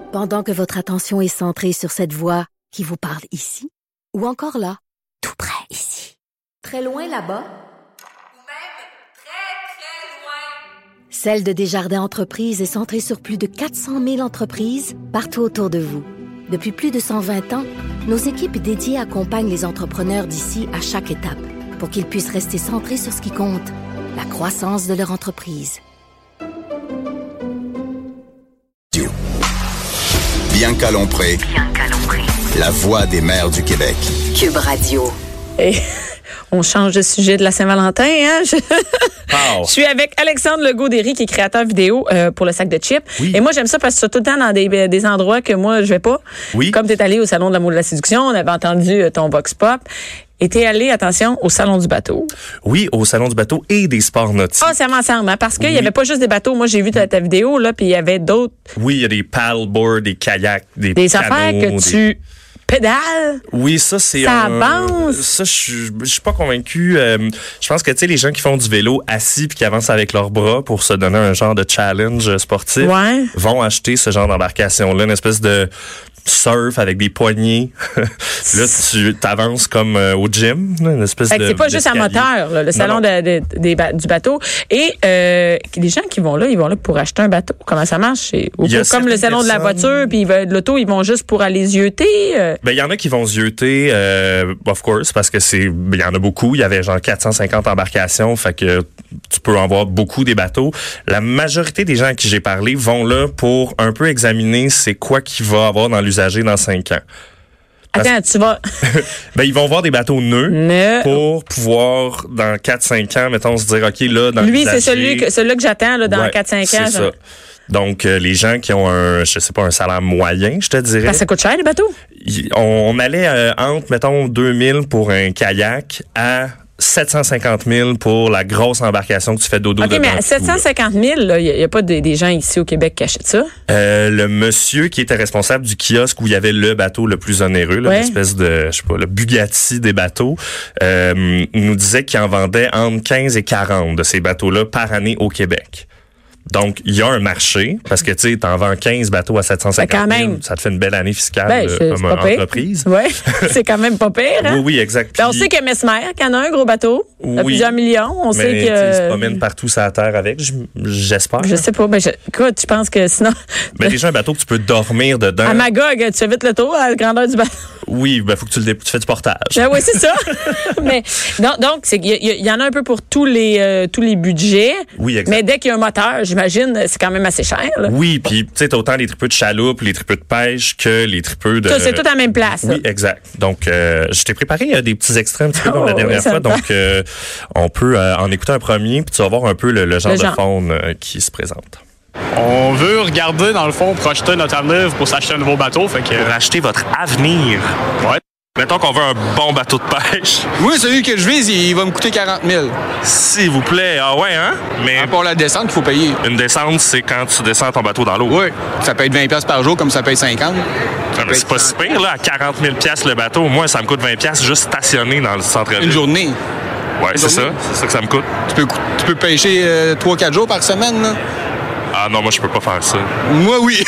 Pendant que votre attention est centrée sur cette voix qui vous parle ici, ou encore là, tout près ici, très loin là-bas, ou même très, très loin, Celle de Desjardins Entreprises est centrée sur plus de 400 000 entreprises partout autour de vous. Depuis plus de 120 ans, nos équipes dédiées accompagnent les entrepreneurs d'ici à chaque étape pour qu'ils puissent rester centrés sur ce qui compte, la croissance de leur entreprise. Bianca Lompré, la voix des mères du Québec. Cube Radio. Et on change de sujet de la Saint-Valentin. Hein? Je suis avec Alexandre Legault-Derry, qui est créateur vidéo pour le sac de chips. Oui. Et moi, j'aime ça parce que c'est tout le temps dans des endroits que moi, je vais pas. Oui. Comme tu es allé au Salon de l'amour de la séduction, on avait entendu ton Vox Pop. Et t'es allé, attention, au Salon du bateau. Oui, au Salon du bateau et des sports nautiques. Ah, c'est ensemble, hein, parce qu'il y avait pas juste des bateaux. Moi, j'ai vu ta vidéo, là, puis il y avait d'autres. Oui, il y a des paddleboards, des kayaks, des affaires que tu pédales. Oui, ça, c'est ça avance. Ça, je suis pas convaincu. Je pense que, tu sais, les gens qui font du vélo assis puis qui avancent avec leurs bras pour se donner un genre de challenge sportif vont acheter ce genre d'embarcation-là, une espèce de surf avec des poignées. Là, tu t'avances comme au gym, une espèce de. C'est pas juste à moteur, là, le salon du bateau. Et les gens qui vont là, ils vont là pour acheter un bateau. Comment ça marche? Comme le salon de la voiture, puis de l'auto, ils vont juste pour aller zioter. Ben, il y en a qui vont zioter, of course, parce que il y en a beaucoup. Il y avait genre 450 embarcations, fait que tu peux en voir beaucoup des bateaux. La majorité des gens à qui j'ai parlé vont là pour un peu examiner c'est quoi qu'il va avoir dans l'usager dans 5 ans. Attends, tu vas... Ben, ils vont voir des bateaux neufs pour pouvoir, dans 4-5 ans, mettons, se dire, OK, là, dans lui, l'usager... c'est celui que j'attends là, dans 4-5 ans. C'est ça. Donc, les gens qui ont un salaire moyen, je te dirais. Parce que ça coûte cher, les bateaux? On allait entre, mettons, 2000 pour un kayak à 750 000 pour la grosse embarcation que tu fais dodo dedans. OK, mais 750 000, il n'y a pas des gens ici au Québec qui achètent ça? Le monsieur qui était responsable du kiosque où il y avait le bateau le plus onéreux, là, l'espèce de, je sais pas, le Bugatti des bateaux, nous disait qu'il en vendait entre 15 et 40 de ces bateaux-là par année au Québec. Donc, il y a un marché, parce que, tu sais, t'en vends 15 bateaux à 750 000, ça te fait une belle année fiscale comme entreprise. Oui, c'est quand même pas pire, hein? Oui, exact. Puis, on sait que Mesmer, qui en a un gros bateau, de plusieurs millions, on sait que... il se promène partout sur la terre avec, j'espère. Je sais pas, écoute, je pense que sinon... Mais déjà, un bateau que tu peux dormir dedans... À Magog, tu fais vite le tour à la grandeur du bateau. Oui, faut que tu fais du portage. Oui, c'est ça. Mais donc, il y en a un peu pour tous les budgets. Oui, exact. Mais dès qu'il y a un moteur, j'imagine, c'est quand même assez cher. Là. Oui, puis tu sais, t'as autant les tripeux de chaloupe, les tripeux de pêche que les tripeux de... Ça, c'est tout à la même place. Oui, là. Exact. Donc, je t'ai préparé des petits extraits un petit peu comme la dernière fois. Donc, on peut en écouter un premier, puis tu vas voir un peu le genre de faune qui se présente. On veut regarder, dans le fond, projeter notre avenir pour s'acheter un nouveau bateau. Fait que... Pour acheter votre avenir. Ouais. Mettons qu'on veut un bon bateau de pêche. Oui, celui que je vise, il va me coûter 40 000. S'il vous plaît. Ah ouais, hein? Mais pour la descente, il faut payer. Une descente, c'est quand tu descends ton bateau dans l'eau. Oui. Ça peut être 20$ par jour, comme ça peut être 50. C'est pas si pire, là, à 40 000$ le bateau. Moi, ça me coûte 20$ juste stationné dans le centre-ville. Une journée. Oui, c'est ça. C'est ça que ça me coûte. Tu peux pêcher 3-4 jours par semaine, là? Ah non, moi, je peux pas faire ça. Moi, oui.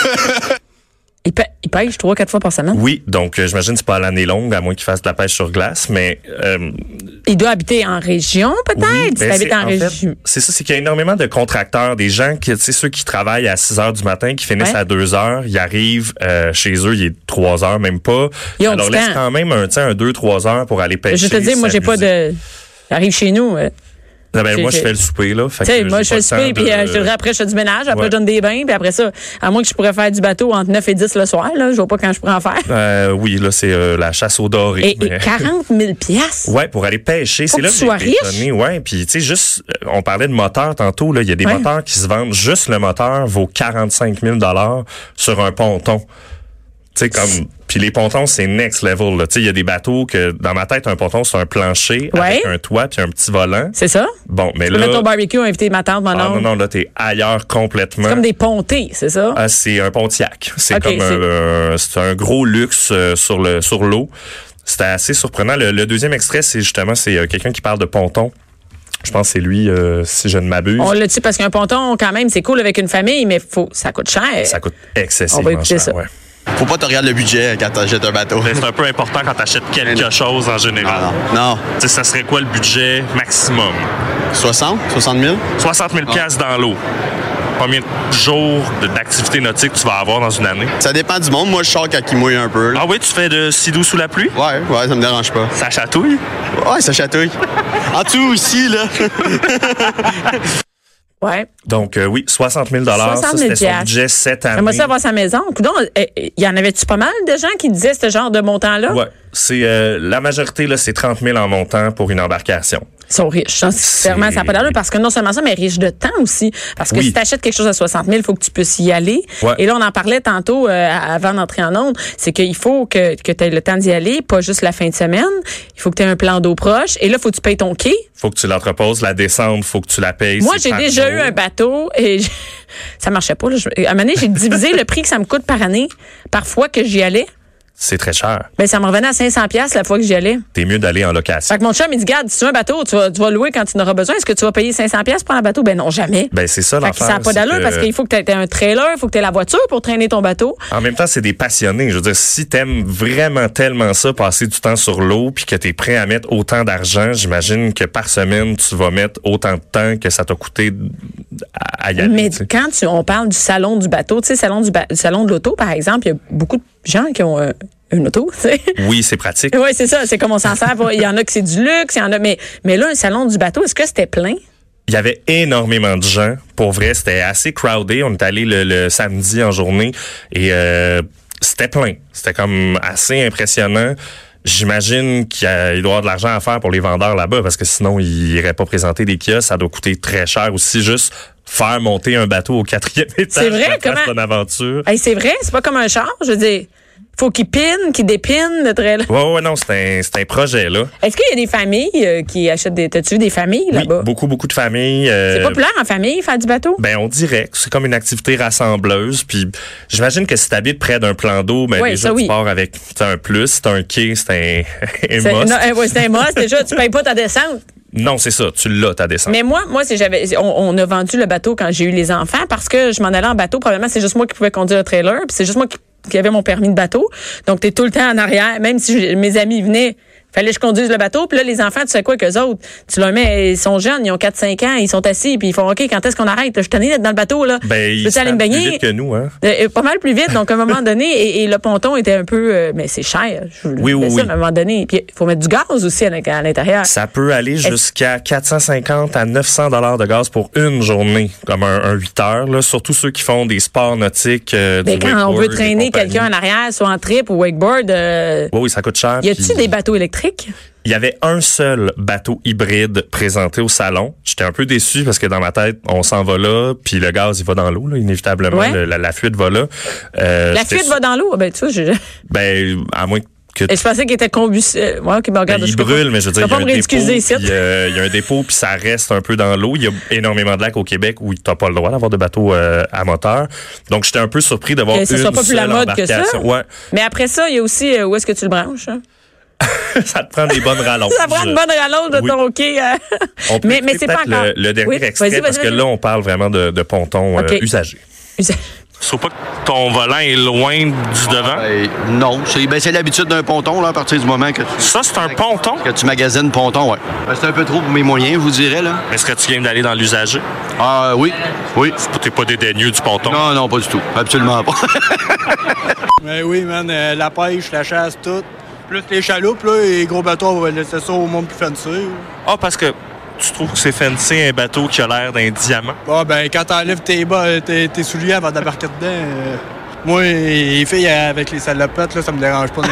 Il pêche 3-4 fois par semaine? Oui, donc j'imagine que c'est pas à l'année longue, à moins qu'il fasse de la pêche sur glace, mais... il doit habiter en région, peut-être? Oui, il habite en région. Fait, c'est ça, c'est qu'il y a énormément de contracteurs, des gens qui, tu sais, ceux qui travaillent à 6 heures du matin, qui finissent à 2 heures, ils arrivent chez eux, il est 3 heures, même pas. Ils ont alors laisse quand même un 2-3 heures pour aller pêcher. Je te dis, moi, j'ai pas de... J'arrive chez nous... moi, je fais le souper, là. Moi, je fais le souper, puis après, je fais du ménage, après, je donne des bains, puis après ça, à moins que je pourrais faire du bateau entre 9 et 10 le soir, là, je vois pas quand je pourrais en faire. Oui, là, c'est la chasse aux dorés. Et 40 000 $? Ouais, pour aller pêcher. C'est là que tu sois riche. Ouais, puis tu sais, juste, on parlait de moteurs tantôt, là, il y a des moteurs qui se vendent, juste le moteur vaut 45 000 $ sur un ponton. Tu sais, comme... Puis les pontons, c'est next level. Tu sais, il y a des bateaux que, dans ma tête, un ponton, c'est un plancher avec un toit puis un petit volant. C'est ça? Bon, mais tu là... peux mettre ton barbecue, inviter ma tante, mon oncle. Non, là, t'es ailleurs complètement. C'est comme des pontés, c'est ça? Ah, c'est un Pontiac. C'est comme c'est un gros luxe sur l'eau. C'était assez surprenant. Le deuxième extrait, c'est quelqu'un qui parle de ponton. Je pense que c'est lui, si je ne m'abuse. On l'a dit parce qu'un ponton, quand même, c'est cool avec une famille, mais ça coûte cher. Ça coûte excessivement cher. On va écouter ça. Ouais. Faut pas te regarder le budget quand t'achètes un bateau. C'est un peu important quand t'achètes quelque chose en général. Non. Tu sais, ça serait quoi le budget maximum? 60 000? 60 000 piastres dans l'eau. Combien de jours d'activité nautique tu vas avoir dans une année? Ça dépend du monde. Moi, je sors quand il mouille un peu. Là. Ah oui, tu fais de sidou sous la pluie? Ouais, ça me dérange pas. Ça chatouille? Ouais, ça chatouille. En dessous aussi, là. Ouais. Donc, oui, 60 000 ça, c'était son budget cette année. J'aimerais ça avoir sa maison. Coudon, y en avait-tu pas mal de gens qui disaient ce genre de montant-là? Ouais. C'est, la majorité, là, c'est 30 000 en montant pour une embarcation. Ils sont riches. Hein, clairement, ça n'a pas d'allure parce que non seulement ça, mais riches de temps aussi. Parce que si tu achètes quelque chose à 60 000, il faut que tu puisses y aller. Ouais. Et là, on en parlait tantôt avant d'entrer en onde. C'est qu'il faut que tu aies le temps d'y aller, pas juste la fin de semaine. Il faut que tu aies un plan d'eau proche. Et là, il faut que tu payes ton quai. Faut que tu l'entreposes. La descente, faut que tu la payes. Moi, j'ai déjà eu un bateau et ça marchait pas. Là. À un moment donné, j'ai divisé le prix que ça me coûte par année, par fois que j'y allais. C'est très cher. Ben, ça me revenait à 500$ la fois que j'y allais. T'es mieux d'aller en location. Fait que mon chum, il dit, garde, si tu veux un bateau, tu vas louer quand tu en auras besoin. Est-ce que tu vas payer 500$ pour un bateau? Ben non, jamais. Ben, c'est ça l'affaire. Ça n'a pas d'allure parce qu'il faut que tu aies un trailer, il faut que tu aies la voiture pour traîner ton bateau. En même temps, c'est des passionnés. Je veux dire, si t'aimes vraiment tellement ça, passer du temps sur l'eau, puis que t'es prêt à mettre autant d'argent, j'imagine que par semaine, tu vas mettre autant de temps que ça t'a coûté à y aller. Mais quand on parle du salon du bateau, tu sais, salon de l'auto, par exemple, il y a beaucoup de gens qui ont une auto, tu sais. Oui, c'est pratique. Oui, c'est ça. C'est comme on s'en sert. Il y en a que c'est du luxe, il y en a. Mais là, un salon du bateau, est-ce que c'était plein? Il y avait énormément de gens. Pour vrai, c'était assez crowded. On est allé le samedi en journée et c'était plein. C'était comme assez impressionnant. J'imagine qu'il doit y avoir de l'argent à faire pour les vendeurs là-bas parce que sinon, ils n'iraient pas présenter des kiosques. Ça doit coûter très cher aussi, juste faire monter un bateau au 4e étage. C'est vrai, comment? Une aventure. Hey, c'est vrai, c'est pas comme un char. Je veux dire, faut qu'il pine, qu'il dépine le trailer. Ouais, non, c'est un projet, là. Est-ce qu'il y a des familles qui achètent t'as-tu vu des familles là-bas? Beaucoup de familles. C'est populaire en famille, faire du bateau? Ben, on dirait que c'est comme une activité rassembleuse. Puis, j'imagine que si t'habites près d'un plan d'eau, ben, déjà, tu pars avec un plus, c'est un quai, c'est un must. C'est un must. Déjà, tu payes pas ta descente. Non, c'est ça. Tu l'as, ta descente. Mais moi, on a vendu le bateau quand j'ai eu les enfants parce que je m'en allais en bateau. Probablement, c'est juste moi qui pouvais conduire le trailer. Puis c'est juste moi qui avait mon permis de bateau. Donc, t'es tout le temps en arrière. Même si mes amis venaient, fallait que je conduise le bateau. Puis là, les enfants, tu sais quoi qu'eux autres? Tu leur mets, ils sont jeunes, ils ont 4-5 ans, ils sont assis, puis ils font, OK, quand est-ce qu'on arrête? Je suis tannée d'être dans le bateau, là. Ben, ils sont plus vite que nous, hein? Pas mal plus vite. Donc, à un moment donné, et le ponton était un peu, mais c'est cher. Oui. À un moment donné. Puis, il faut mettre du gaz aussi à l'intérieur. Ça peut aller jusqu'à 450 à 900 $ de gaz pour une journée, comme un 8 heures, là. Surtout ceux qui font des sports nautiques, mais quand on veut traîner quelqu'un en arrière, soit en trip ou wakeboard, oui, ça coûte cher. Y a-tu des bateaux électriques? Il y avait un seul bateau hybride présenté au salon. J'étais un peu déçu parce que dans ma tête, on s'en va là, puis le gaz, il va dans l'eau, là, inévitablement. Ouais. La fuite va là. La fuite va dans l'eau? Ben, tu vois, Ben, à moins que... Et je pensais qu'il était combustible. Ouais, okay, regarde, il brûle, mais je veux dire, il y a un dépôt, puis ça reste un peu dans l'eau. Il y a énormément de lacs au Québec où t'as pas le droit d'avoir de bateau à moteur. Donc, j'étais un peu surpris d'avoir une seule embarcation. Ça soit plus la mode que ça. Ouais. Mais après ça, il y a aussi où est-ce que tu le branches? Hein? Ça te prend des bonnes rallonges. Ça prend une bonne rallonge de ton quai. Mais c'est pas encore. Le dernier extrait, parce que là, on parle vraiment de pontons usagés. Faut pas que ton volant est loin du devant? Non. C'est l'habitude d'un ponton, là, à partir du moment que tu... Ça, c'est un ponton? Que tu magasines ponton, oui. C'est un peu trop pour mes moyens, je vous dirais, là. Mais est-ce que tu viens d'aller dans l'usager? Oui. T'es pas dédaigneux du ponton? Non, pas du tout. Absolument pas. Mais oui, man, la pêche, la chasse, tout. Plus les chaloupes, là, et les gros bateaux, on va laisser ça au monde plus fancy. Ah, parce que tu trouves que c'est fancy un bateau qui a l'air d'un diamant? Ah, ben, quand t'enlèves tes souliers avant d'embarquer dedans, moi, les filles avec les salopettes, là, ça me dérange pas non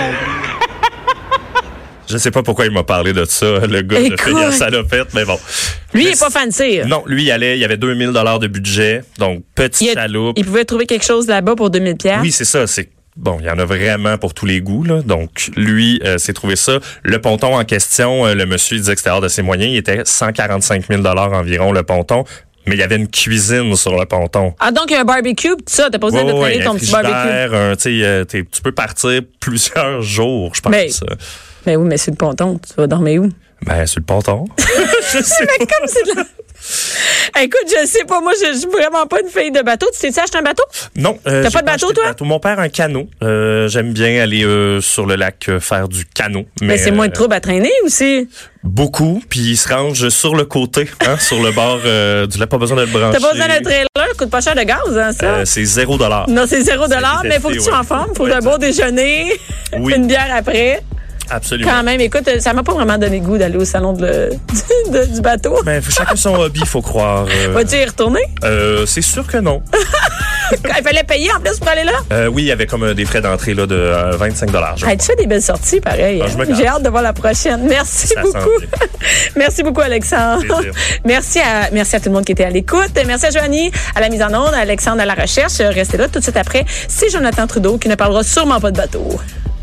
plus. Je sais pas pourquoi il m'a parlé de ça, le gars de filles en salopette, mais bon. Lui, il est pas fancy. Non, lui, il y avait 2000 $ de budget, donc petite chaloupe. Il pouvait trouver quelque chose là-bas pour 2000$. Oui, c'est ça, Bon, il y en a vraiment pour tous les goûts, là. Donc, lui, s'est trouvé ça. Le ponton en question, le monsieur disait que c'était hors de ses moyens. Il était 145 000 $ environ, le ponton. Mais il y avait une cuisine sur le ponton. Ah, donc il y a un barbecue, tout ça. T'as pas besoin de traîner ton petit barbecue. Tu peux partir plusieurs jours, je pense. Mais oui, mais sur le ponton, tu vas dormir où? Ben, sur le ponton. Je sais pas. Comme c'est de la... Écoute, je sais pas, moi, je suis vraiment pas une fille de bateau. Tu t'es acheté un bateau? Non. T'as pas de bateau, toi? Mon père a un canot. J'aime bien aller sur le lac faire du canot. Mais c'est moins de trouble à traîner aussi? Beaucoup, puis il se range sur le côté, sur le bord du lac. Pas besoin de le brancher. T'as pas besoin d'un trailer? Coûte pas cher de gaz, hein, ça? C'est $0. Non, c'est $0, mais il faut que tu sois en forme. Faut un beau déjeuner, une bière après. Absolument. Quand même, écoute, ça m'a pas vraiment donné le goût d'aller au salon du bateau. Ben, chacun son hobby, faut croire. Vas-tu y retourner? C'est sûr que non. Il fallait payer en plus pour aller là? Oui, il y avait comme des frais d'entrée là, de $25. Hey, tu fais des belles sorties, pareil. J'ai hâte de voir la prochaine. Merci beaucoup. Merci beaucoup, Alexandre. Merci à tout le monde qui était à l'écoute. Merci à Joanie à la mise en onde, à Alexandre à la recherche. Restez là tout de suite après. C'est Jonathan Trudeau qui ne parlera sûrement pas de bateau.